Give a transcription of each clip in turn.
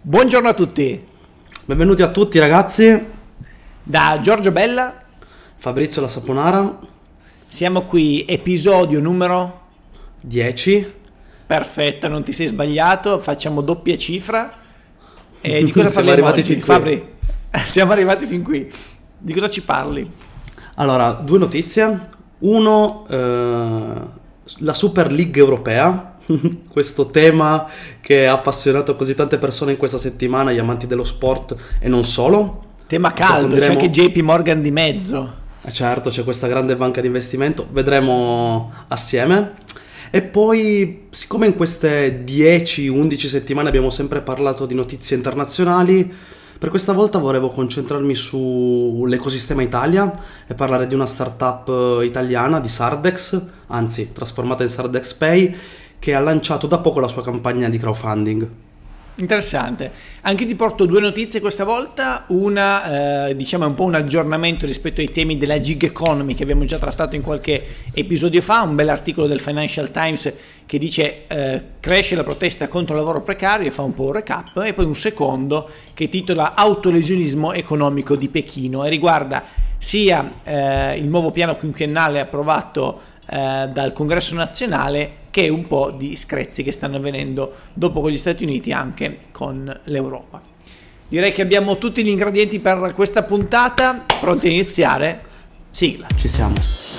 Buongiorno a tutti, Benvenuti a tutti ragazzi, da Giorgio Bella Fabrizio La Saponara, siamo qui, episodio numero 10. perfetto, non ti sei sbagliato, facciamo doppia cifra. E di cosa Siamo parliamo arrivati oggi? fin qui. Fabri, siamo arrivati fin qui, di cosa ci parli? Allora, due notizie. Uno, la Super League europea, questo tema che ha appassionato così tante persone in questa settimana, gli amanti dello sport e non solo. Tema caldo, c'è Approfondiremo- anche JP Morgan di mezzo. Certo, c'è questa grande banca di investimento, vedremo assieme. E poi, siccome in queste 10-11 settimane abbiamo sempre parlato di notizie internazionali, per questa volta volevo concentrarmi sull'ecosistema Italia e parlare di una startup italiana, di Sardex, anzi trasformata in Sardex Pay, che ha lanciato da poco la sua campagna di crowdfunding. Interessante. Anche io ti porto due notizie questa volta, una diciamo è un po' un aggiornamento rispetto ai temi della gig economy che abbiamo già trattato in qualche episodio fa, un bel articolo del Financial Times che dice cresce la protesta contro il lavoro precario e fa un po' un recap, e poi un secondo che titola autolesionismo economico di Pechino e riguarda sia il nuovo piano quinquennale approvato dal Congresso nazionale che un po' di screzi che stanno avvenendo dopo con gli Stati Uniti anche con l'Europa. Direi che abbiamo tutti gli ingredienti per questa puntata, pronti a iniziare? Sigla. Ci siamo.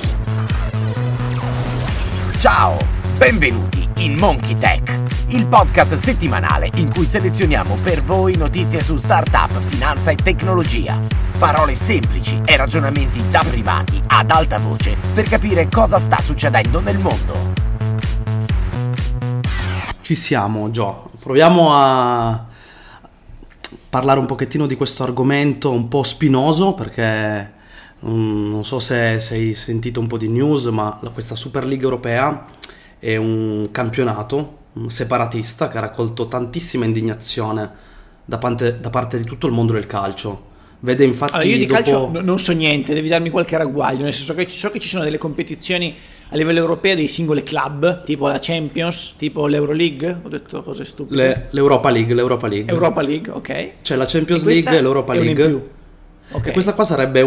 Ciao, benvenuti in Monkey Tech, il podcast settimanale in cui selezioniamo per voi notizie su startup, finanza e tecnologia. Parole semplici e ragionamenti da privati ad alta voce per capire cosa sta succedendo nel mondo. Ci siamo, Gio. Proviamo a parlare un pochettino di questo argomento un po' spinoso perché non so se hai sentito un po' di news, ma questa Super League europea è un campionato separatista che ha raccolto tantissima indignazione da parte di tutto il mondo del calcio. Vede infatti Allora, io di dopo... calcio non so niente, devi darmi qualche ragguaglio, nel senso che so che ci sono delle competizioni a livello europeo dei singoli club, tipo la Champions, tipo l'Euroleague, ho detto cose stupide. l'Europa League. Europa League, ok. C'è la Champions E questa League e l'Europa è una in League. più. Ok. E questa qua sarebbe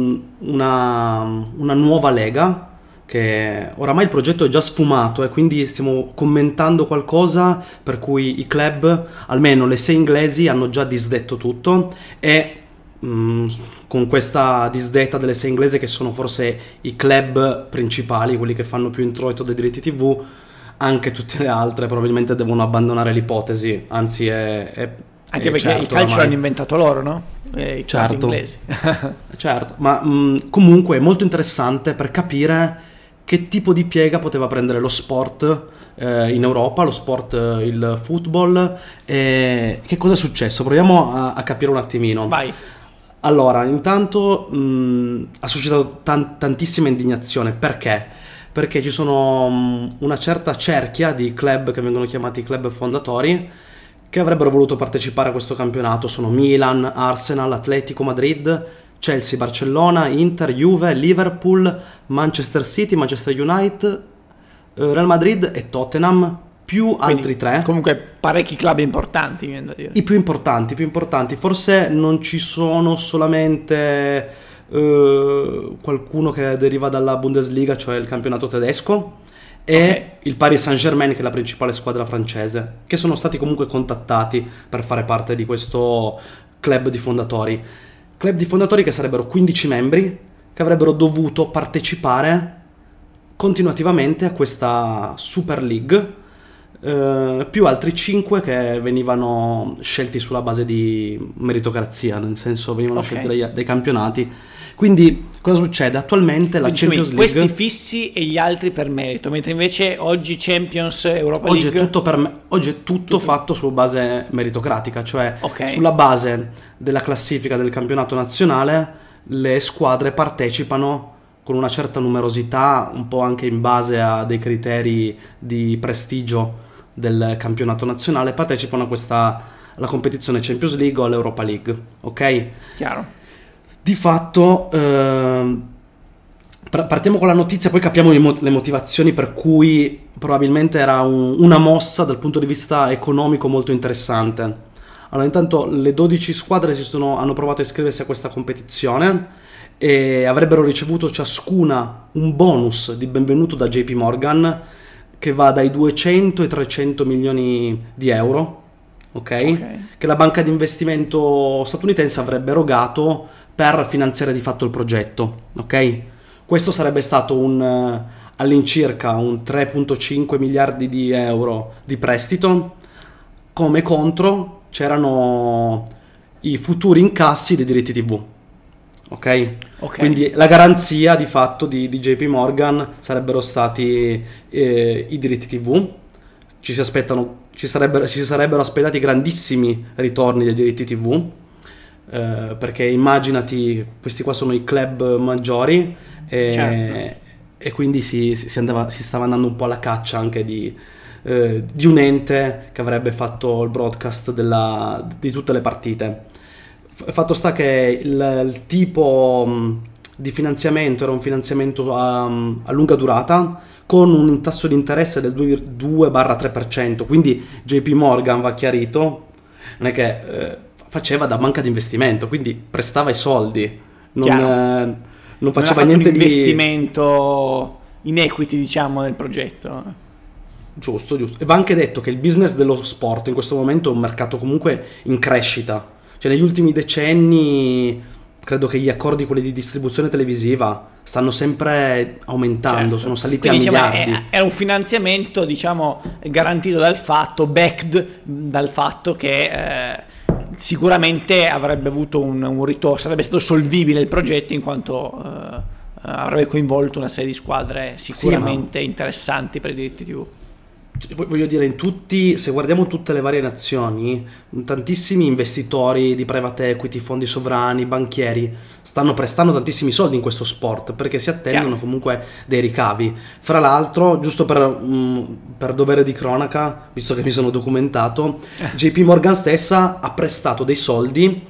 una nuova lega che oramai il progetto è già sfumato e quindi stiamo commentando qualcosa per cui i club, almeno le 6 inglesi, hanno già disdetto tutto e con questa disdetta delle 6 inglesi, che sono forse i club principali, quelli che fanno più introito dei diritti TV, anche tutte le altre probabilmente devono abbandonare l'ipotesi, anzi Anche è perché certo il calcio oramai. l'hanno inventato loro, no? I club Certo. inglesi. Certo, ma comunque è molto interessante per capire che tipo di piega poteva prendere lo sport in Europa, lo sport, il football, e che cosa è successo. Proviamo a capire un attimino. Vai. Allora, intanto ha suscitato tantissima indignazione. Perché? Perché ci sono una certa cerchia di club che vengono chiamati club fondatori che avrebbero voluto partecipare a questo campionato. Sono Milan, Arsenal, Atletico Madrid, Chelsea, Barcellona, Inter, Juve, Liverpool, Manchester City, Manchester United, Real Madrid e Tottenham, più Quindi, altri 3. Comunque parecchi club importanti, mi viene da dire. I più importanti. Forse non ci sono solamente qualcuno che deriva dalla Bundesliga, cioè il campionato tedesco, e il Paris Saint-Germain, che è la principale squadra francese, che sono stati comunque contattati per fare parte di questo club di fondatori. Club di fondatori che sarebbero 15 membri che avrebbero dovuto partecipare continuativamente a questa Super League, più altri 5 che venivano scelti sulla base di meritocrazia, nel senso venivano Ok. scelti dai campionati. Quindi cosa succede? Attualmente la Quindi Champions League questi fissi e gli altri per merito, mentre invece oggi Champions, Europa oggi League... è tutto, oggi è tutto fatto su base meritocratica, cioè Ok. sulla base della classifica del campionato nazionale le squadre partecipano con una certa numerosità, un po' anche in base a dei criteri di prestigio del campionato nazionale, partecipano a questa, alla competizione Champions League o all'Europa League, ok? Chiaro. Di fatto partiamo con la notizia, poi capiamo le motivazioni per cui probabilmente era una mossa dal punto di vista economico molto interessante. Allora, intanto le 12 squadre hanno provato a iscriversi a questa competizione e avrebbero ricevuto ciascuna un bonus di benvenuto da JP Morgan che va dai 200 ai 300 milioni di euro, ok? Che la banca di investimento statunitense avrebbe erogato per finanziare di fatto il progetto, ok? Questo sarebbe stato all'incirca un 3,5 miliardi di euro di prestito. Come contro c'erano i futuri incassi dei diritti TV, ok? Quindi la garanzia di fatto di JP Morgan sarebbero stati i diritti TV. Ci sarebbero aspettati grandissimi ritorni dei diritti TV, perché immaginati, questi qua sono i club maggiori e quindi si stava andando un po' alla caccia anche di un ente che avrebbe fatto il broadcast di tutte le partite. Fatto sta che il tipo di finanziamento era un finanziamento a lunga durata con un tasso di interesse del 2-3%, quindi JP Morgan, va chiarito, non è che faceva da banca di investimento, quindi prestava i soldi, non faceva niente di investimento in equity, diciamo, nel progetto. Giusto. E va anche detto che il business dello sport in questo momento è un mercato comunque in crescita. Cioè negli ultimi decenni credo che gli accordi, quelli di distribuzione televisiva, stanno sempre aumentando, sono saliti quindi, a miliardi. È un finanziamento, diciamo, garantito backed dal fatto che sicuramente avrebbe avuto un ritorno, sarebbe stato solvibile il progetto in quanto avrebbe coinvolto una serie di squadre sicuramente interessanti per i diritti TV. Voglio dire, se guardiamo tutte le varie nazioni, tantissimi investitori di private equity, fondi sovrani, banchieri stanno prestando tantissimi soldi in questo sport perché si attendono comunque dei ricavi. Fra l'altro, giusto per dovere di cronaca, visto che mi sono documentato, JP Morgan stessa ha prestato dei soldi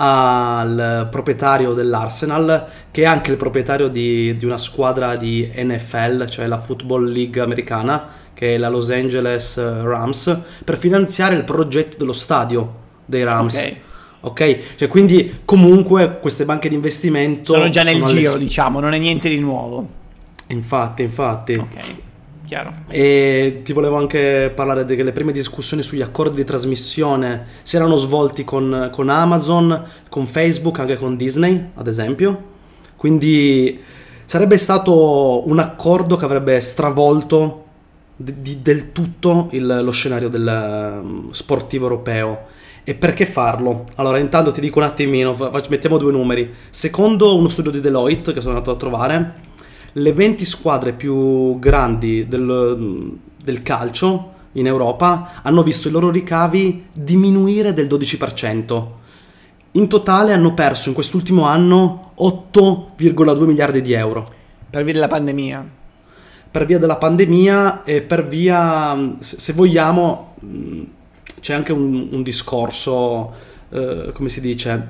al proprietario dell'Arsenal, che è anche il proprietario di una squadra di NFL, cioè la Football League americana, che è la Los Angeles Rams, per finanziare il progetto dello stadio dei Rams. Ok? Cioè, quindi comunque queste banche di investimento sono già nel giro, diciamo, non è niente di nuovo. Infatti. Ok, chiaro. E ti volevo anche parlare che le prime discussioni sugli accordi di trasmissione si erano svolti con Amazon, con Facebook, anche con Disney, ad esempio. Quindi sarebbe stato un accordo che avrebbe stravolto del tutto lo scenario del sportivo europeo. E perché farlo? Allora, intanto ti dico un attimino, mettiamo due numeri. Secondo uno studio di Deloitte che sono andato a trovare, le 20 squadre più grandi del calcio in Europa hanno visto i loro ricavi diminuire del 12%. In totale hanno perso in quest'ultimo anno 8,2 miliardi di euro. Per via della pandemia. Per via della pandemia e per via, se vogliamo, c'è anche un discorso, come si dice,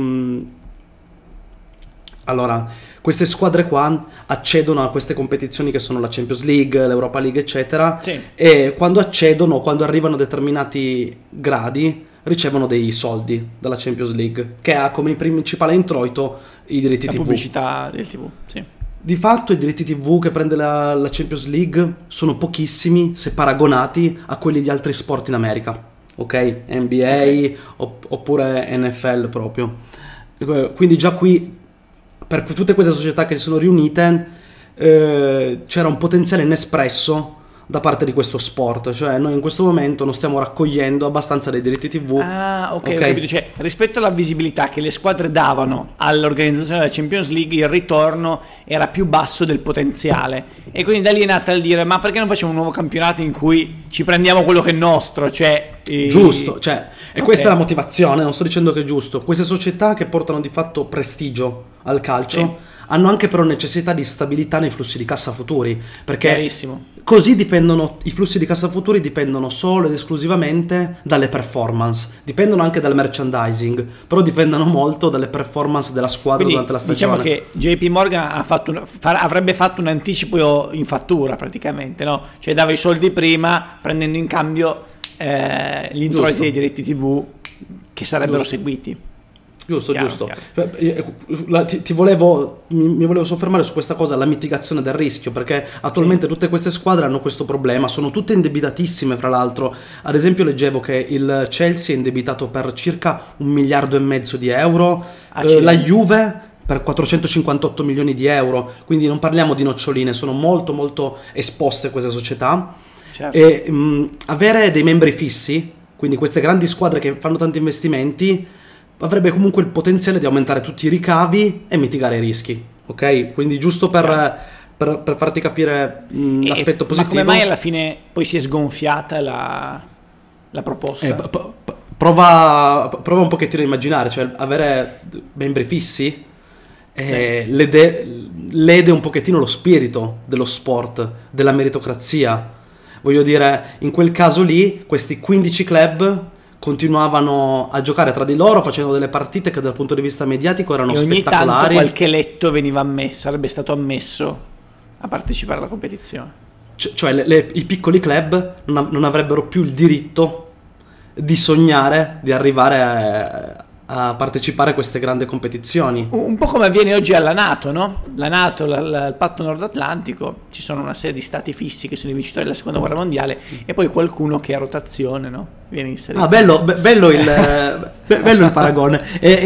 allora, queste squadre qua accedono a queste competizioni che sono la Champions League, l'Europa League, eccetera, e quando arrivano a determinati gradi, ricevono dei soldi dalla Champions League, che ha come principale introito i diritti TV. La pubblicità del TV, sì. Di fatto i diritti TV che prende la Champions League sono pochissimi se paragonati a quelli di altri sport in America, ok? NBA oppure NFL proprio. Quindi già qui, per tutte queste società che si sono riunite, c'era un potenziale inespresso da parte di questo sport, cioè noi in questo momento non stiamo raccogliendo abbastanza dei diritti TV. Ho capito. Cioè, rispetto alla visibilità che le squadre davano all'organizzazione della Champions League, il ritorno era più basso del potenziale, e quindi da lì è nata il dire: ma perché non facciamo un nuovo campionato in cui ci prendiamo quello che è nostro? Giusto, cioè, e questa è la motivazione, non sto dicendo che è giusto. Queste società che portano di fatto prestigio al calcio hanno anche però necessità di stabilità nei flussi di cassa futuri, perché così i flussi di cassa futuri dipendono solo ed esclusivamente dalle performance, dipendono anche dal merchandising, però dipendono molto dalle performance della squadra. Quindi, durante la stagione. Diciamo che JP Morgan avrebbe fatto un anticipo in fattura praticamente, no? Cioè dava i soldi prima, prendendo in cambio gli introiti dei diritti TV che sarebbero seguiti. Giusto. Chiaro. Mi volevo soffermare su questa cosa, la mitigazione del rischio, perché attualmente tutte queste squadre hanno questo problema, sono tutte indebitatissime fra l'altro. Ad esempio leggevo che il Chelsea è indebitato per circa 1,5 miliardi di euro, la Juve per 458 milioni di euro, quindi non parliamo di noccioline, sono molto molto esposte queste società. Certo. E avere dei membri fissi, quindi queste grandi squadre che fanno tanti investimenti, avrebbe comunque il potenziale di aumentare tutti i ricavi e mitigare i rischi, ok? Quindi giusto per farti capire l'aspetto positivo. Ma come mai alla fine poi si è sgonfiata la proposta? Prova un pochettino a immaginare, cioè avere membri fissi lede un pochettino lo spirito dello sport, della meritocrazia. Voglio dire, in quel caso lì, questi 15 club continuavano a giocare tra di loro facendo delle partite che dal punto di vista mediatico erano e ogni spettacolari. Tanto qualche eletto veniva sarebbe stato ammesso a partecipare alla competizione. Cioè i piccoli club non avrebbero più il diritto di sognare di arrivare a partecipare a queste grandi competizioni. Un po' come avviene oggi alla NATO, no? La NATO, il patto nord atlantico, ci sono una serie di stati fissi che sono i vincitori della seconda guerra mondiale e poi qualcuno che a rotazione, no? Viene inserito. Bello il paragone.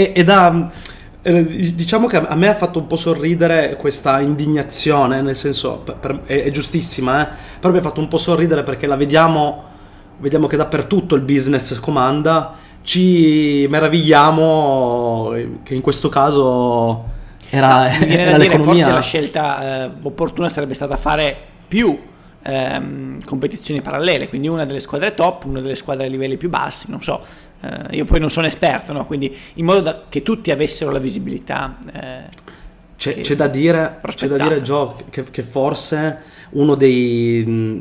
Diciamo che a me ha fatto un po' sorridere questa indignazione, nel senso è giustissima, però mi ha fatto un po' sorridere perché la vediamo che dappertutto il business comanda. Ci meravigliamo che in questo caso era l'economia. Forse la scelta opportuna sarebbe stata fare più competizioni parallele, quindi una delle squadre top, una delle squadre a livelli più bassi, non so, io poi non sono esperto, no? Quindi in modo che tutti avessero la visibilità. C'è da dire Gio, che forse uno degli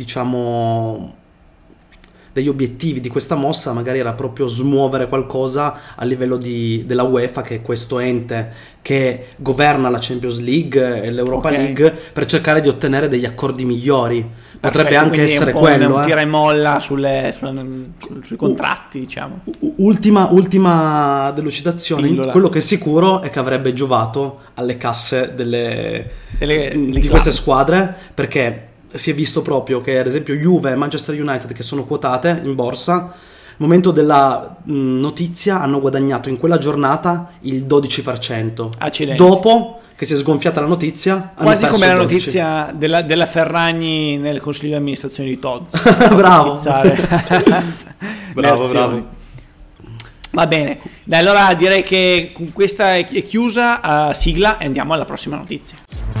obiettivi di questa mossa magari era proprio smuovere qualcosa a livello della UEFA, che è questo ente che governa la Champions League e l'Europa League, per cercare di ottenere degli accordi migliori. Potrebbe anche essere quello. Un tira e molla sui contratti, diciamo. Ultima delucidazione. Quello che è sicuro è che avrebbe giovato alle casse di queste squadre, perché si è visto proprio che ad esempio Juve e Manchester United, che sono quotate in borsa, al momento della notizia hanno guadagnato in quella giornata il 12%. Accidenti. Dopo che si è sgonfiata la notizia, quasi come la notizia della Ferragni nel consiglio di amministrazione di Tod's. Bravo. bravo. Va bene, dai, allora direi che questa è chiusa, sigla, e andiamo alla prossima notizia.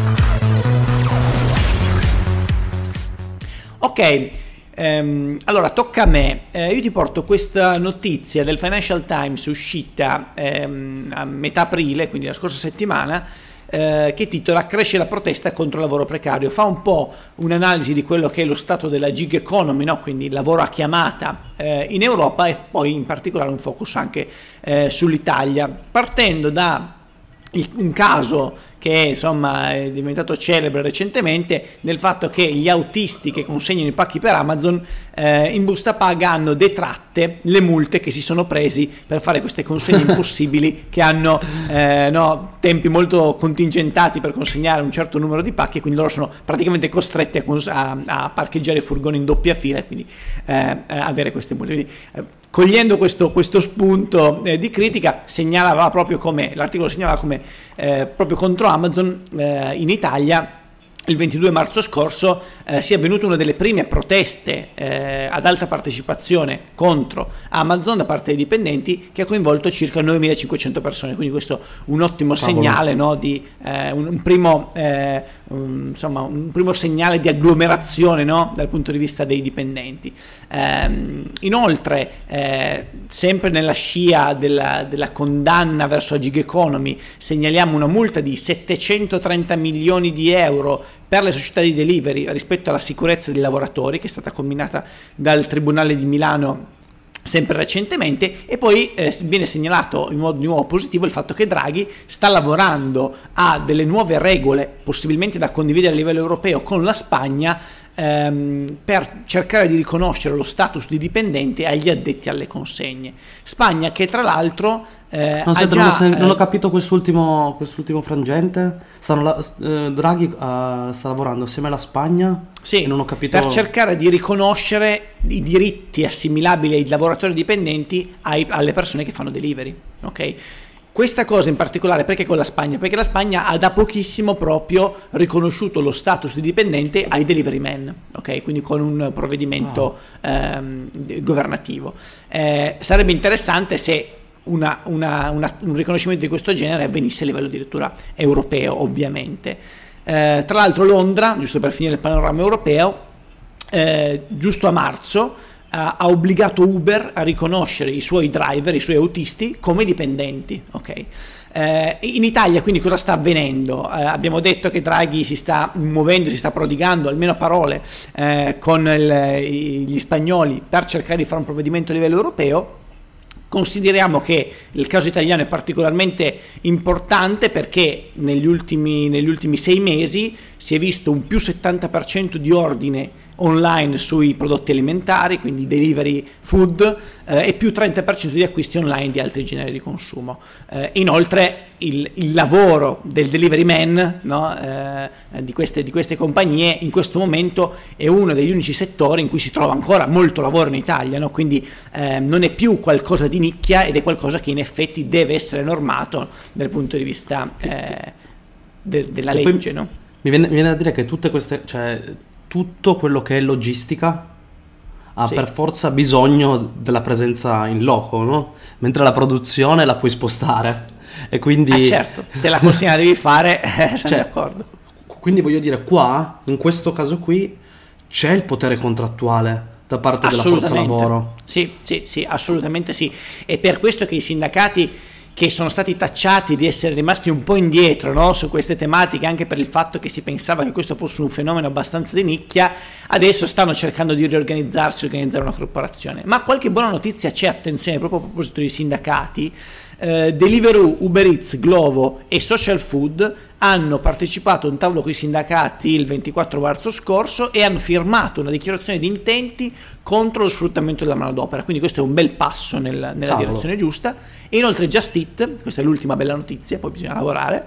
Ok, allora tocca a me. Io ti porto questa notizia del Financial Times uscita a metà aprile, quindi la scorsa settimana, che titola "Cresce la protesta contro il lavoro precario". Fa un po' un'analisi di quello che è lo stato della gig economy, no? Quindi il lavoro a chiamata in Europa, e poi in particolare un focus anche sull'Italia, partendo da un caso che insomma è diventato celebre recentemente, del fatto che gli autisti che consegnano i pacchi per Amazon in busta paga hanno detratte le multe che si sono presi per fare queste consegne impossibili, che hanno tempi molto contingentati per consegnare un certo numero di pacchi, e quindi loro sono praticamente costretti a parcheggiare furgoni in doppia fila e quindi avere queste multe. Quindi, cogliendo questo spunto di critica, segnalava proprio come l'articolo segnalava come proprio contro Amazon in Italia il 22 marzo scorso sia avvenuta una delle prime proteste ad alta partecipazione contro Amazon da parte dei dipendenti, che ha coinvolto circa 9.500 persone, quindi questo un ottimo segnale, no, di un primo segnale di agglomerazione, no, dal punto di vista dei dipendenti. Inoltre, sempre nella scia della condanna verso la gig economy, segnaliamo una multa di 730 milioni di euro per le società di delivery rispetto alla sicurezza dei lavoratori, che è stata comminata dal Tribunale di Milano sempre recentemente. E poi viene segnalato in modo di nuovo positivo il fatto che Draghi sta lavorando a delle nuove regole, possibilmente da condividere a livello europeo con la Spagna, per cercare di riconoscere lo status di dipendente agli addetti alle consegne. Spagna che tra l'altro non ho capito quest'ultimo frangente. Draghi sta lavorando assieme alla Spagna. Sì, e non ho capito... per cercare di riconoscere i diritti assimilabili ai lavoratori dipendenti alle persone che fanno delivery, ok? Questa cosa in particolare perché con la Spagna? Perché la Spagna ha da pochissimo proprio riconosciuto lo status di dipendente ai delivery man, ok? Quindi con un provvedimento governativo. Sarebbe interessante se un riconoscimento di questo genere avvenisse a livello addirittura europeo, ovviamente. Tra l'altro Londra, giusto per finire il panorama europeo, giusto a marzo ha obbligato Uber a riconoscere i suoi driver, i suoi autisti come dipendenti, ok? In Italia quindi cosa sta avvenendo? Abbiamo detto che Draghi si sta muovendo, si sta prodigando, almeno a parole, con gli spagnoli per cercare di fare un provvedimento a livello europeo. Consideriamo che il caso italiano è particolarmente importante perché negli ultimi 6 mesi si è visto un più 70% di ordine online sui prodotti alimentari, quindi delivery food, e più 30% di acquisti online di altri generi di consumo. Inoltre il lavoro del delivery man, no, di queste compagnie in questo momento è uno degli unici settori in cui si trova ancora molto lavoro in Italia, no? Quindi non è più qualcosa di nicchia ed è qualcosa che in effetti deve essere normato dal punto di vista della legge. No? Mi viene da dire che tutte queste... tutto quello che è logistica ha per forza bisogno della presenza in loco, no? Mentre la produzione la puoi spostare e quindi... certo, se la consegna devi fare, sono d'accordo. Quindi voglio dire, qua, in questo caso qui, c'è il potere contrattuale da parte della forza lavoro. Sì, assolutamente sì. È per questo che i sindacati che sono stati tacciati di essere rimasti un po' indietro, no, su queste tematiche, anche per il fatto che si pensava che questo fosse un fenomeno abbastanza di nicchia, adesso stanno cercando di riorganizzarsi, organizzare una corporazione. Ma qualche buona notizia c'è, attenzione, proprio a proposito di sindacati. Deliveroo, Uber Eats, Glovo e Social Food hanno partecipato a un tavolo con i sindacati il 24 marzo scorso e hanno firmato una dichiarazione di intenti contro lo sfruttamento della manodopera, quindi questo è un bel passo nella direzione giusta. E inoltre Just Eat, questa è l'ultima bella notizia, poi bisogna lavorare,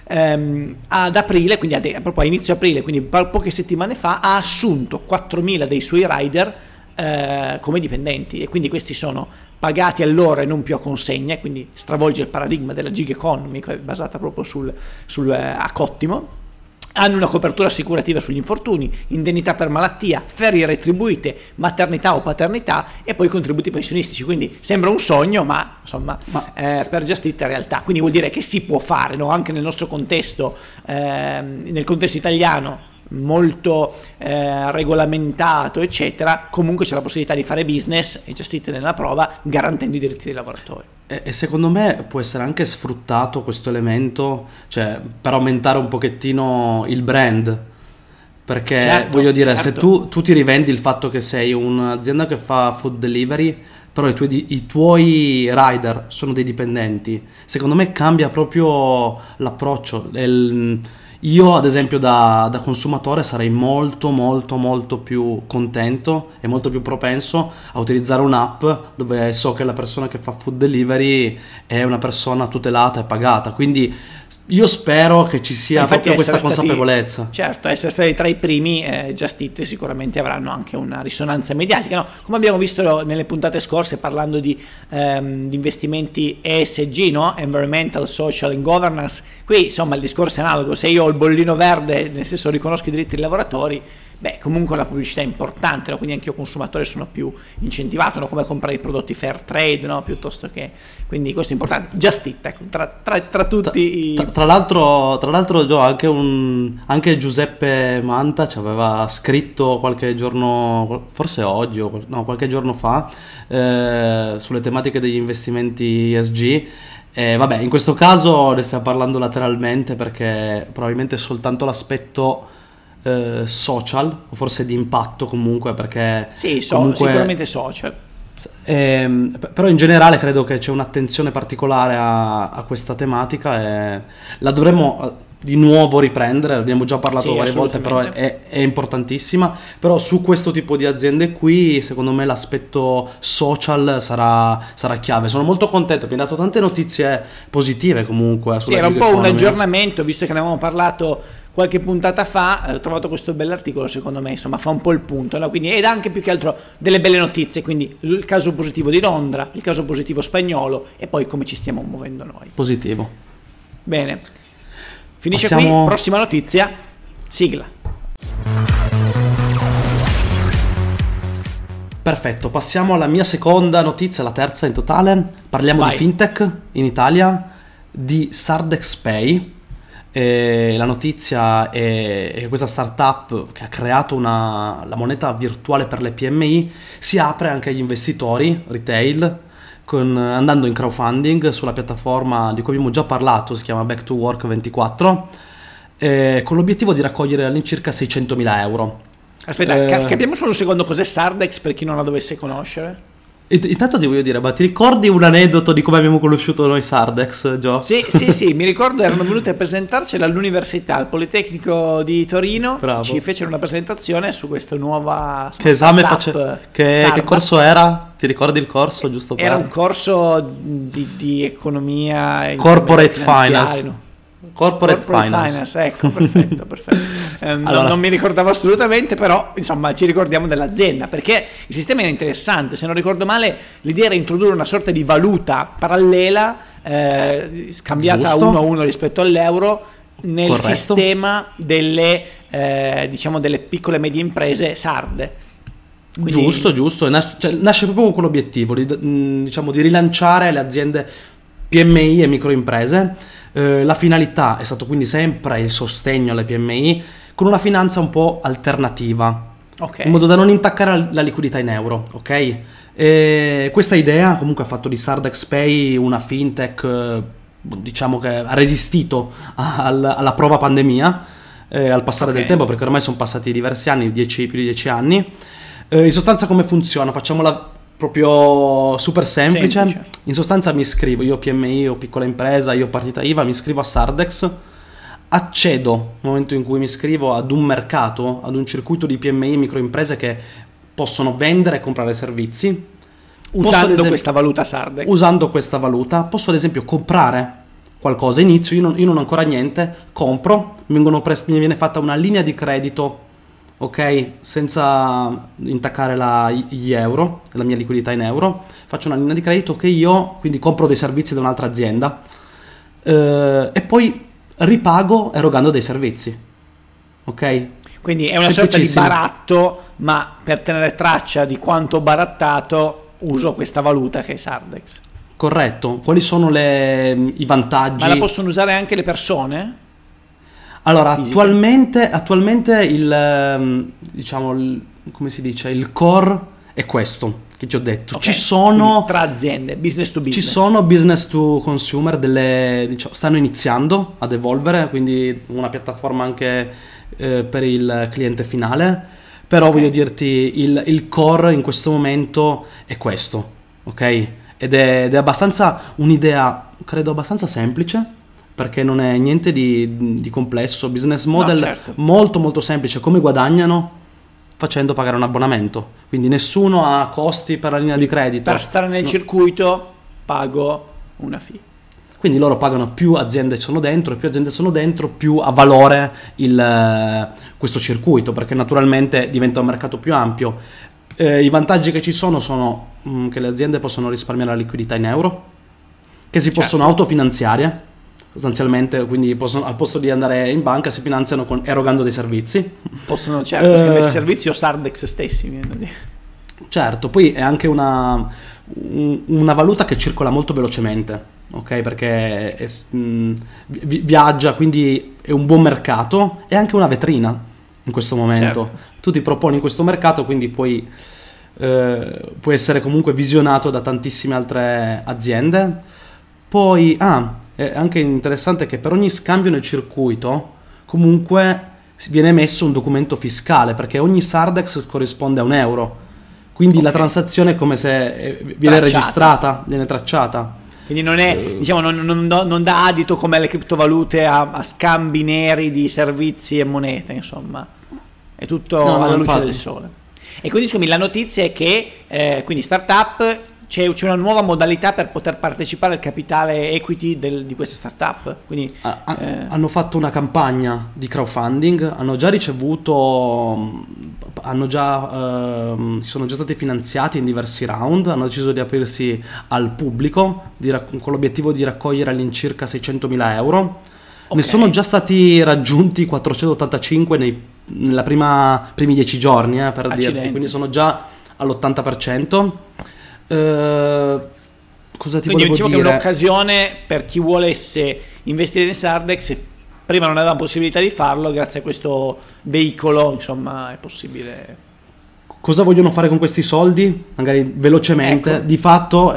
ad aprile, quindi proprio a inizio aprile, quindi poche settimane fa, ha assunto 4.000 dei suoi rider come dipendenti, e quindi questi sono pagati all'ora e non più a consegna, quindi stravolge il paradigma della gig economy basata proprio a cottimo. Hanno una copertura assicurativa sugli infortuni, indennità per malattia, ferie retribuite, maternità o paternità e poi contributi pensionistici, quindi sembra un sogno ma insomma per Just Eat è realtà, quindi vuol dire che si può fare, no? Anche nel nostro contesto, nel contesto italiano molto regolamentato eccetera, comunque c'è la possibilità di fare business e Just Eat nella prova, garantendo i diritti dei lavoratori. E secondo me può essere anche sfruttato questo elemento, cioè per aumentare un pochettino il brand, perché voglio dire, se tu ti rivendi il fatto che sei un'azienda che fa food delivery, però i tuoi rider sono dei dipendenti, secondo me cambia proprio l'approccio. Io ad esempio da consumatore sarei molto molto molto più contento e molto più propenso a utilizzare un'app dove so che la persona che fa food delivery è una persona tutelata e pagata, quindi io spero che ci sia proprio questa consapevolezza. Certo, essere stati tra i primi, Just Eat sicuramente avranno anche una risonanza mediatica, no? Come abbiamo visto nelle puntate scorse parlando di investimenti ESG, no? Environmental, Social and Governance. Qui insomma il discorso è analogo, se io ho il bollino verde, nel senso riconosco i diritti dei lavoratori, comunque la pubblicità è importante, no? Quindi anche io consumatore sono più incentivato, no? Come comprare i prodotti fair trade, no? Piuttosto che, quindi questo è importante. Just Eat, ecco, tra tutti tra l'altro Gio, anche Giuseppe Manta ci aveva scritto qualche giorno, forse oggi qualche giorno fa, sulle tematiche degli investimenti ESG. In questo caso ne stiamo parlando lateralmente perché probabilmente è soltanto l'aspetto social, o forse di impatto comunque, perché sicuramente social, però in generale credo che c'è un'attenzione particolare a questa tematica e la dovremmo, di nuovo riprendere, abbiamo già parlato Sì, varie volte, però assolutamente. è importantissima. Però su questo tipo di aziende qui, secondo me l'aspetto social sarà chiave. Sono molto contento, mi hai dato tante notizie positive comunque Sì, sulla era un gig po' un economy. aggiornamento, visto che ne avevamo parlato qualche puntata fa, ho trovato questo bell'articolo, secondo me, insomma, fa un po' il punto, no? Quindi, ed anche più che altro delle belle notizie, quindi il caso positivo di Londra, il caso positivo spagnolo e poi come ci stiamo muovendo noi. Positivo. Bene, finisce Passiamo- qui, prossima notizia, sigla. Perfetto, passiamo alla mia seconda notizia, la terza in totale. Parliamo Vai. di fintech in Italia, di Sardex Pay. E la notizia è che questa startup che ha creato la moneta virtuale per le PMI si apre anche agli investitori retail andando in crowdfunding sulla piattaforma di cui abbiamo già parlato, si chiama Back to Work 24, con l'obiettivo di raccogliere all'incirca 600.000 euro. Aspetta, capiamo solo un secondo cos'è Sardex per chi non la dovesse conoscere. Intanto ti voglio dire, ma ti ricordi un aneddoto di come abbiamo conosciuto noi Sardex, Gio? Sì, mi ricordo, erano venuti a presentarcela all'università, al Politecnico di Torino. Bravo. Ci fecero una presentazione su questa nuova Che esame startup che Sarda. corso era? Ti ricordi il corso, giusto per... Era un corso di economia e Corporate finanziario, Finance. no? Corporate Finance. Ecco, perfetto. Allora, non mi ricordavo assolutamente, però insomma ci ricordiamo dell'azienda, perché il sistema era interessante. Se non ricordo male, l'idea era introdurre una sorta di valuta parallela, scambiata Giusto. 1 a 1 rispetto all'euro, nel Corretto. sistema delle piccole e medie imprese sarde. Quindi- Giusto, nasce proprio con quell'obiettivo di rilanciare le aziende PMI e microimprese. La finalità è stato quindi sempre il sostegno alle PMI con una finanza un po' alternativa, Ok. in modo da non intaccare la liquidità in euro, ok? E questa idea comunque ha fatto di Sardex Pay una fintech, diciamo che ha resistito alla prova pandemia, al passare Ok. del tempo, perché ormai sono passati diversi anni, più di 10 anni. In sostanza come funziona? Facciamola proprio super semplice. In sostanza mi iscrivo, io PMI o piccola impresa, io partita IVA, mi iscrivo a Sardex, accedo nel momento in cui mi iscrivo ad un mercato, ad un circuito di PMI e microimprese che possono vendere e comprare servizi. Posso, ad Usando esempio, questa valuta Sardex. usando questa valuta posso ad esempio comprare qualcosa, inizio, io non ho ancora niente, compro, mi viene fatta una linea di credito, ok, senza intaccare gli euro, la mia liquidità in euro, faccio una linea di credito che io quindi compro dei servizi da un'altra azienda, e poi ripago erogando dei servizi, ok? Quindi è una sorta di Semplicissimo. baratto, ma per tenere traccia di quanto ho barattato uso questa valuta che è Sardex. Corretto. Quali sono i vantaggi? Ma la possono usare anche le persone? Allora, fisiche? attualmente come si dice, il core è questo che ti ho detto. Ok, Ci sono quindi tra aziende, business to business. Ci sono business to consumer, stanno iniziando ad evolvere, quindi una piattaforma anche per il cliente finale, però Ok. voglio dirti, il core in questo momento è questo, ok? Ed è abbastanza un'idea, credo, abbastanza semplice, perché non è niente di complesso, business model certo. molto molto semplice. Come guadagnano? Facendo pagare un abbonamento, quindi nessuno ha costi per la linea di credito. Per stare nel circuito pago una fee. Quindi loro pagano, più aziende sono dentro, e più aziende sono dentro, più ha valore questo circuito, perché naturalmente diventa un mercato più ampio. I vantaggi che ci sono che le aziende possono risparmiare la liquidità in euro, che si possono autofinanziare sostanzialmente, quindi al posto di andare in banca si finanziano erogando dei servizi. Possono certo scambiare servizi o Sardex stessi, mi viene da dire. Certo, poi è anche una valuta che circola molto velocemente, ok? Perché viaggia, quindi è un buon mercato, è anche una vetrina in questo momento. Certo. Tu ti proponi in questo mercato, quindi puoi essere comunque visionato da tantissime altre aziende. Poi, è anche interessante che per ogni scambio nel circuito comunque viene emesso un documento fiscale, perché ogni Sardex corrisponde a €1. Quindi la transazione è come se viene Tracciata. registrata, viene tracciata. Quindi non è, diciamo, non dà adito come le criptovalute a scambi neri di servizi e monete, insomma. È tutto alla luce del sole. E quindi, scusami, la notizia è che quindi startup c'è una nuova modalità per poter partecipare al capitale equity di queste startup. Quindi hanno fatto una campagna di crowdfunding, hanno già ricevuto, si sono già stati finanziati in diversi round, hanno deciso di aprirsi al pubblico con l'obiettivo di raccogliere all'incirca 600.000 euro. Okay. Ne sono già stati raggiunti 485 nella primi 10 giorni, per Accidenti. dirti, quindi sono già all'80%. Cosa ti Quindi volevo diciamo dire? che è un'occasione per chi volesse investire in Sardex e prima non aveva possibilità di farlo, grazie a questo veicolo, insomma, è possibile. Cosa vogliono fare con questi soldi? Magari velocemente. Ecco. Di fatto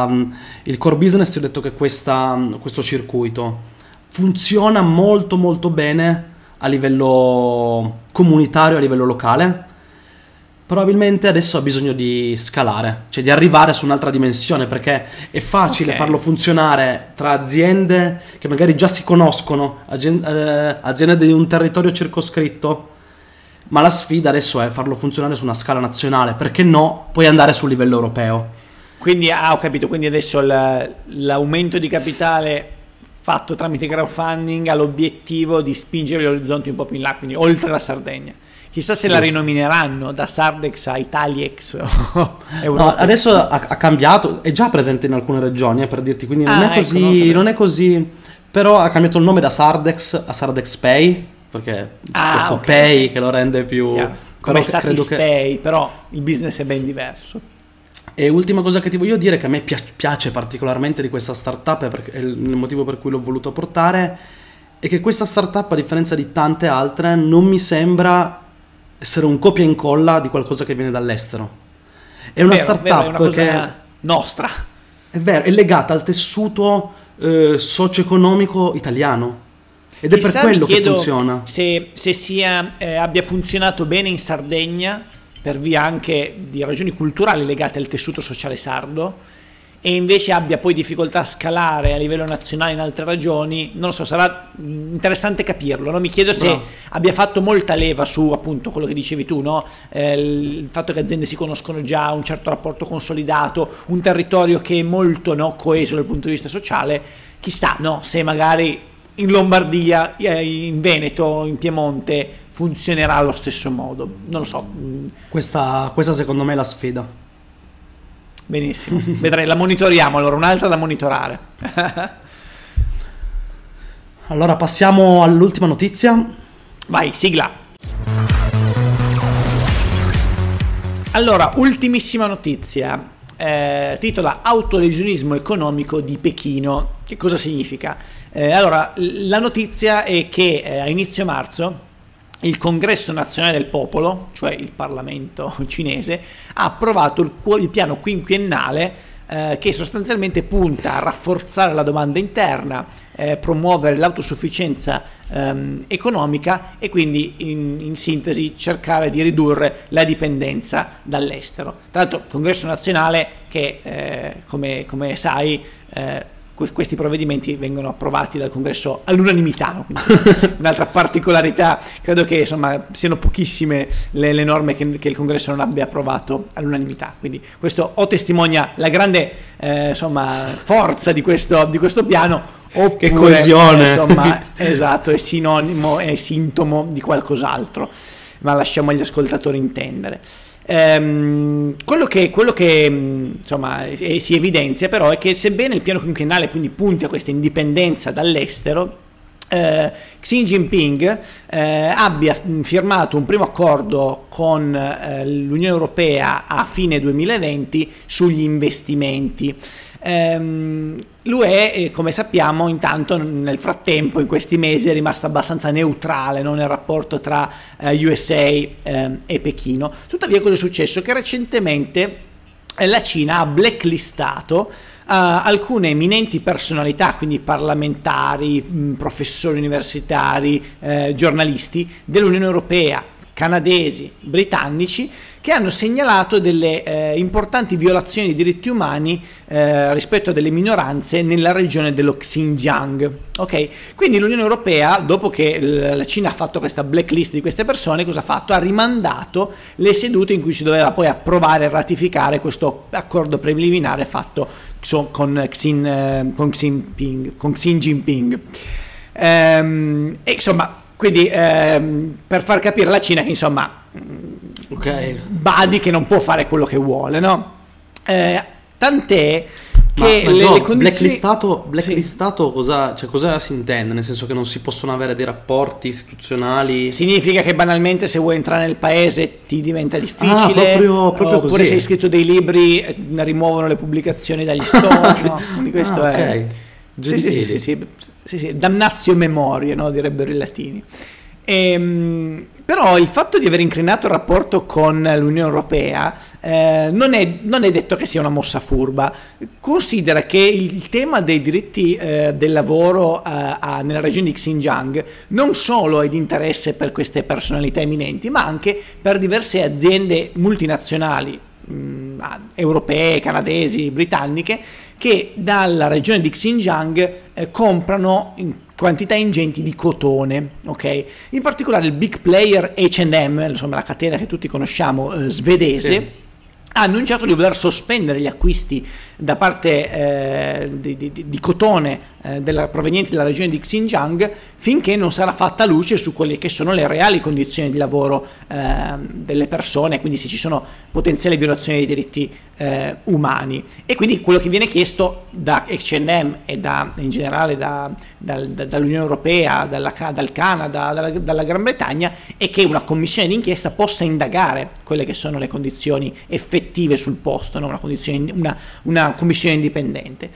il core business, ti ho detto che questo circuito funziona molto molto bene a livello comunitario, a livello locale. Probabilmente adesso ha bisogno di scalare, cioè di arrivare su un'altra dimensione, perché è facile farlo funzionare tra aziende che magari già si conoscono, aziende di un territorio circoscritto, ma la sfida adesso è farlo funzionare su una scala nazionale, perché no, puoi andare sul livello europeo. Quindi ho capito, quindi adesso l'aumento di capitale fatto tramite crowdfunding ha l'obiettivo di spingere gli orizzonti un po' più in là, quindi oltre la Sardegna. Chissà se la rinomineranno da Sardex a Italiex o Europex. No, adesso ha cambiato, è già presente in alcune regioni, per dirti, quindi non è così, però ha cambiato il nome da Sardex a Sardex Pay, perché questo Pay che lo rende più... Come Satispay, però il business è ben diverso. E ultima cosa che ti voglio dire, che a me piace particolarmente di questa startup, perché è il motivo per cui l'ho voluto portare, è che questa startup, a differenza di tante altre, non mi sembra essere un copia e incolla di qualcosa che viene dall'estero. È una startup è una cosa che nostra. È vero, è legata al tessuto socio-economico italiano. Ed è per quello che funziona. Se abbia funzionato bene in Sardegna, per via anche di ragioni culturali legate al tessuto sociale sardo, e invece abbia poi difficoltà a scalare a livello nazionale in altre regioni, non lo so, sarà interessante capirlo, no? Mi chiedo se abbia fatto molta leva su appunto quello che dicevi tu, no? Il fatto che aziende si conoscono già, un certo rapporto consolidato, un territorio che è molto, no, coeso dal punto di vista sociale, chissà, no, se magari in Lombardia, in Veneto, in Piemonte funzionerà allo stesso modo, non lo so. Questa secondo me è la sfida. Benissimo, vedrei, la monitoriamo allora, un'altra da monitorare. Allora passiamo all'ultima notizia. Vai, sigla. Allora, ultimissima notizia, titola Autolesionismo economico di Pechino. Che cosa significa? Allora, la notizia è che a inizio marzo il Congresso Nazionale del Popolo, cioè il Parlamento cinese, ha approvato il piano quinquennale che sostanzialmente punta a rafforzare la domanda interna, promuovere l'autosufficienza economica e quindi in sintesi cercare di ridurre la dipendenza dall'estero. Tra l'altro il Congresso Nazionale che come sai questi provvedimenti vengono approvati dal Congresso all'unanimità, quindi un'altra particolarità, credo che insomma siano pochissime le norme che il Congresso non abbia approvato all'unanimità, quindi questo o testimonia la grande forza di questo piano, oppure che coesione, insomma esatto, è sintomo di qualcos'altro, ma lasciamo agli ascoltatori intendere. Quello che insomma si evidenzia però è che sebbene il piano quinquennale quindi punti a questa indipendenza dall'estero, Xi Jinping abbia firmato un primo accordo con l'Unione Europea a fine 2020 sugli investimenti. L'UE, come sappiamo, intanto nel frattempo in questi mesi è rimasta abbastanza neutrale, no, nel rapporto tra USA e Pechino. Tuttavia cosa è successo? Che recentemente la Cina ha blacklistato alcune eminenti personalità, quindi parlamentari, professori universitari, giornalisti dell'Unione Europea, canadesi, britannici, che hanno segnalato delle importanti violazioni dei diritti umani rispetto a delle minoranze nella regione dello Xinjiang. Ok, quindi l'Unione Europea, dopo che la Cina ha fatto questa blacklist di queste persone, cosa ha fatto? Ha rimandato le sedute in cui si doveva poi approvare e ratificare questo accordo preliminare fatto con Xi Jinping. E insomma, quindi per far capire alla Cina che insomma badi che non può fare quello che vuole, no? Tant'è che le condizioni... blacklistato cosa si intende? Nel senso che non si possono avere dei rapporti istituzionali? Significa che banalmente se vuoi entrare nel paese ti diventa difficile, proprio oppure così. se hai scritto dei libri rimuovono le pubblicazioni dagli store, no? Quindi questo è... Sì, damnatio memoriae, no? Direbbero i latini. Però il fatto di aver incrinato il rapporto con l'Unione Europea non è detto che sia una mossa furba. Considera che il tema dei diritti del lavoro nella regione di Xinjiang non solo è di interesse per queste personalità eminenti, ma anche per diverse aziende multinazionali europee, canadesi, britanniche, che dalla regione di Xinjiang comprano in quantità ingenti di cotone, ok? In particolare il big player H&M, insomma la catena che tutti conosciamo, svedese, sì, ha annunciato di voler sospendere gli acquisti da parte di cotone provenienti dalla regione di Xinjiang finché non sarà fatta luce su quelle che sono le reali condizioni di lavoro delle persone, quindi se ci sono potenziali violazioni dei diritti umani. E quindi quello che viene chiesto da H&M e in generale dall'Unione Europea, dal Canada, dalla Gran Bretagna, è che una commissione d'inchiesta possa indagare quelle che sono le condizioni effettive sul posto, no? Una commissione indipendente.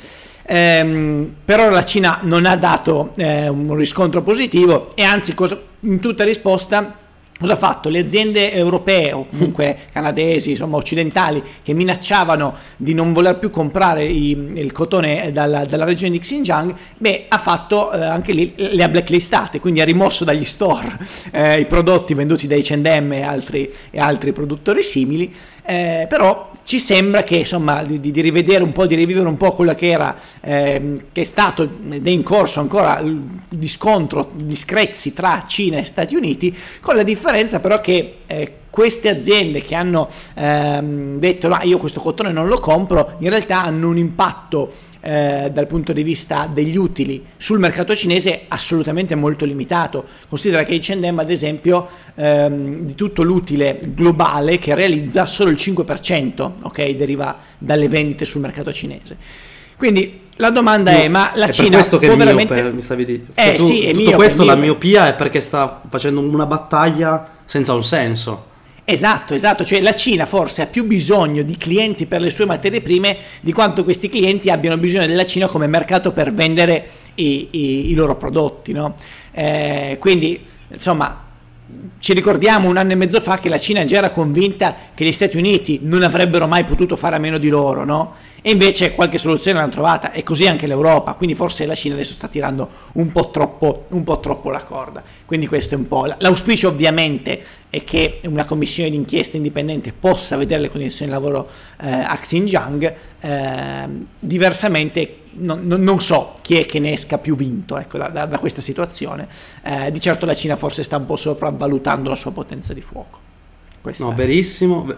Per ora la Cina non ha dato un riscontro positivo e anzi in tutta risposta cosa ha fatto? Le aziende europee o comunque canadesi, insomma occidentali, che minacciavano di non voler più comprare il cotone dalla regione di Xinjiang, ha fatto anche lì, le ha blacklistate, quindi ha rimosso dagli store i prodotti venduti da H&M e altri produttori simili. Però ci sembra che insomma di rivedere un po', di rivivere un po' quello che era che è stato ed è in corso ancora di scontro, di screzi tra Cina e Stati Uniti, con la differenza però che queste aziende che hanno detto no, io questo cotone non lo compro, in realtà hanno un impatto dal punto di vista degli utili sul mercato cinese assolutamente molto limitato. Considera che H&M ad esempio di tutto l'utile globale che realizza solo il 5%, ok, deriva dalle vendite sul mercato cinese. Quindi la domanda è: ma la Cina questo che può è veramente... miope, mi stavi dicendo? Sì, tutto questo la miopia è perché sta facendo una battaglia senza un senso. Esatto, cioè la Cina forse ha più bisogno di clienti per le sue materie prime di quanto questi clienti abbiano bisogno della Cina come mercato per vendere i loro prodotti, no? Quindi insomma ci ricordiamo un anno e mezzo fa che la Cina già era convinta che gli Stati Uniti non avrebbero mai potuto fare a meno di loro, no? E invece qualche soluzione l'hanno trovata, e così anche l'Europa, quindi forse la Cina adesso sta tirando un po' troppo la corda. Quindi questo è un po' l'auspicio, ovviamente è che una commissione d'inchiesta indipendente possa vedere le condizioni di lavoro a Xinjiang, diversamente non so chi è che ne esca più vinto, ecco, da questa situazione. Di certo la Cina forse sta un po' sopravvalutando la sua potenza di fuoco. No, verissimo.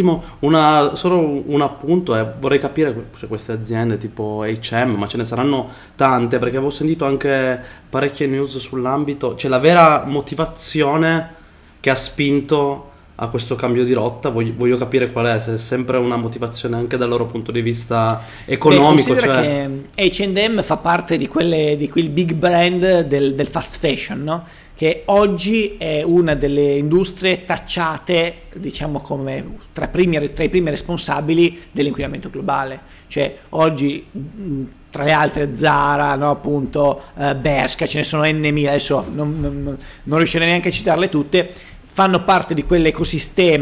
Solo un appunto è, vorrei capire, cioè, queste aziende tipo H&M, ma ce ne saranno tante, perché avevo sentito anche parecchie news sull'ambito, cioè la vera motivazione che ha spinto a questo cambio di rotta, voglio capire qual è, se è sempre una motivazione anche dal loro punto di vista economico. Considera che H&M fa parte di quel big brand del fast fashion, no? Che oggi è una delle industrie tacciate, diciamo, come tra i primi responsabili dell'inquinamento globale. Cioè oggi tra le altre Zara, no, appunto Bershka, ce ne sono N.000, adesso non riuscirei neanche a citarle tutte, fanno parte di quell'ecosistema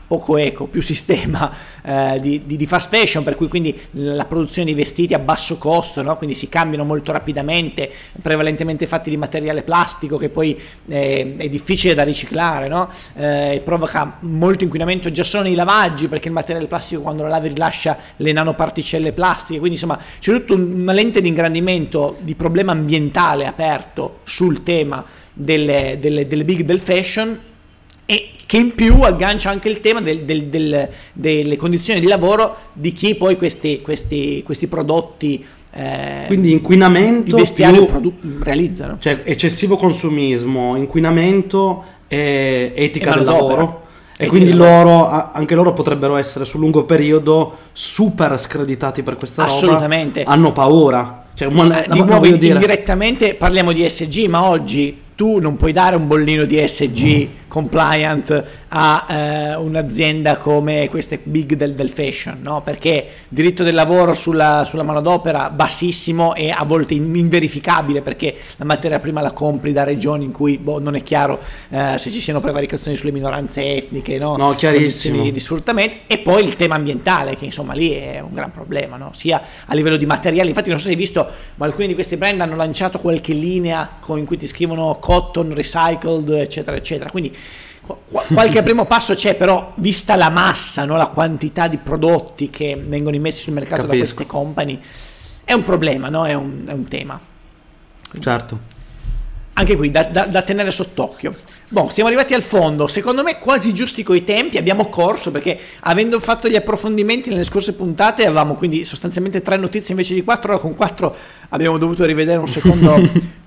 poco eco, più sistema di fast fashion, per cui quindi la produzione di vestiti a basso costo, no? Quindi si cambiano molto rapidamente, prevalentemente fatti di materiale plastico che poi è difficile da riciclare, no? E provoca molto inquinamento già solo nei lavaggi, perché il materiale plastico quando lo lavi rilascia le nanoparticelle plastiche, quindi insomma c'è tutta una lente di ingrandimento di problema ambientale aperto sul tema delle big del fashion, e che in più aggancia anche il tema delle condizioni di lavoro di chi poi questi prodotti quindi inquinamento di vestiario realizzano, cioè eccessivo consumismo, inquinamento e etica del lavoro. E quindi anche loro potrebbero essere sul lungo periodo super screditati per questa roba. Assolutamente. Hanno paura. Cioè, di nuovo indirettamente parliamo di ESG, ma oggi tu non puoi dare un bollino di ESG compliant a un'azienda come queste big del fashion, no? Perché diritto del lavoro sulla manodopera bassissimo e a volte inverificabile, perché la materia prima la compri da regioni in cui non è chiaro se ci siano prevaricazioni sulle minoranze etniche, no? No, chiarissimo. Di sfruttamento. E poi il tema ambientale, che insomma lì è un gran problema, no? Sia a livello di materiali, infatti non so se hai visto, ma alcuni di questi brand hanno lanciato qualche linea in cui ti scrivono cotton recycled eccetera eccetera, quindi qualche primo passo c'è, però vista la massa, no? La quantità di prodotti che vengono immessi sul mercato da queste company è un problema, no? È un tema. Certo. Anche qui da tenere sott'occhio. Siamo arrivati al fondo, secondo me quasi giusti coi tempi, abbiamo corso perché avendo fatto gli approfondimenti nelle scorse puntate avevamo quindi sostanzialmente 3 notizie invece di 4, ora con 4 abbiamo dovuto rivedere un secondo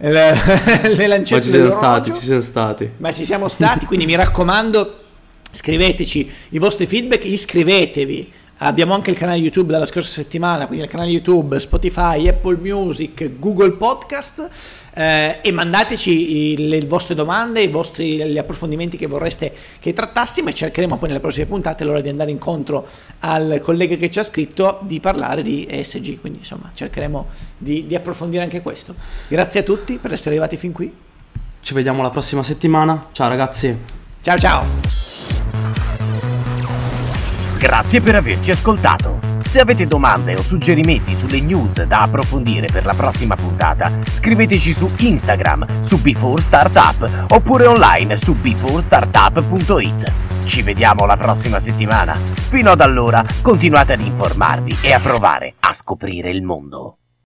le lancette dell'orologio. Ma ci siamo stati, quindi mi raccomando, scriveteci i vostri feedback, iscrivetevi. Abbiamo anche il canale YouTube dalla scorsa settimana, quindi il canale YouTube, Spotify, Apple Music, Google Podcast, e mandateci le vostre domande, gli approfondimenti che vorreste che trattassimo, e cercheremo poi nelle prossime puntate, allora, di andare incontro al collega che ci ha scritto, di parlare di ESG, quindi insomma cercheremo di approfondire anche questo. Grazie a tutti per essere arrivati fin qui. Ci vediamo la prossima settimana. Ciao ragazzi. Ciao. Grazie per averci ascoltato. Se avete domande o suggerimenti sulle news da approfondire per la prossima puntata, scriveteci su Instagram, su Before Startup, oppure online su beforestartup.it. Ci vediamo la prossima settimana. Fino ad allora, continuate ad informarvi e a provare a scoprire il mondo.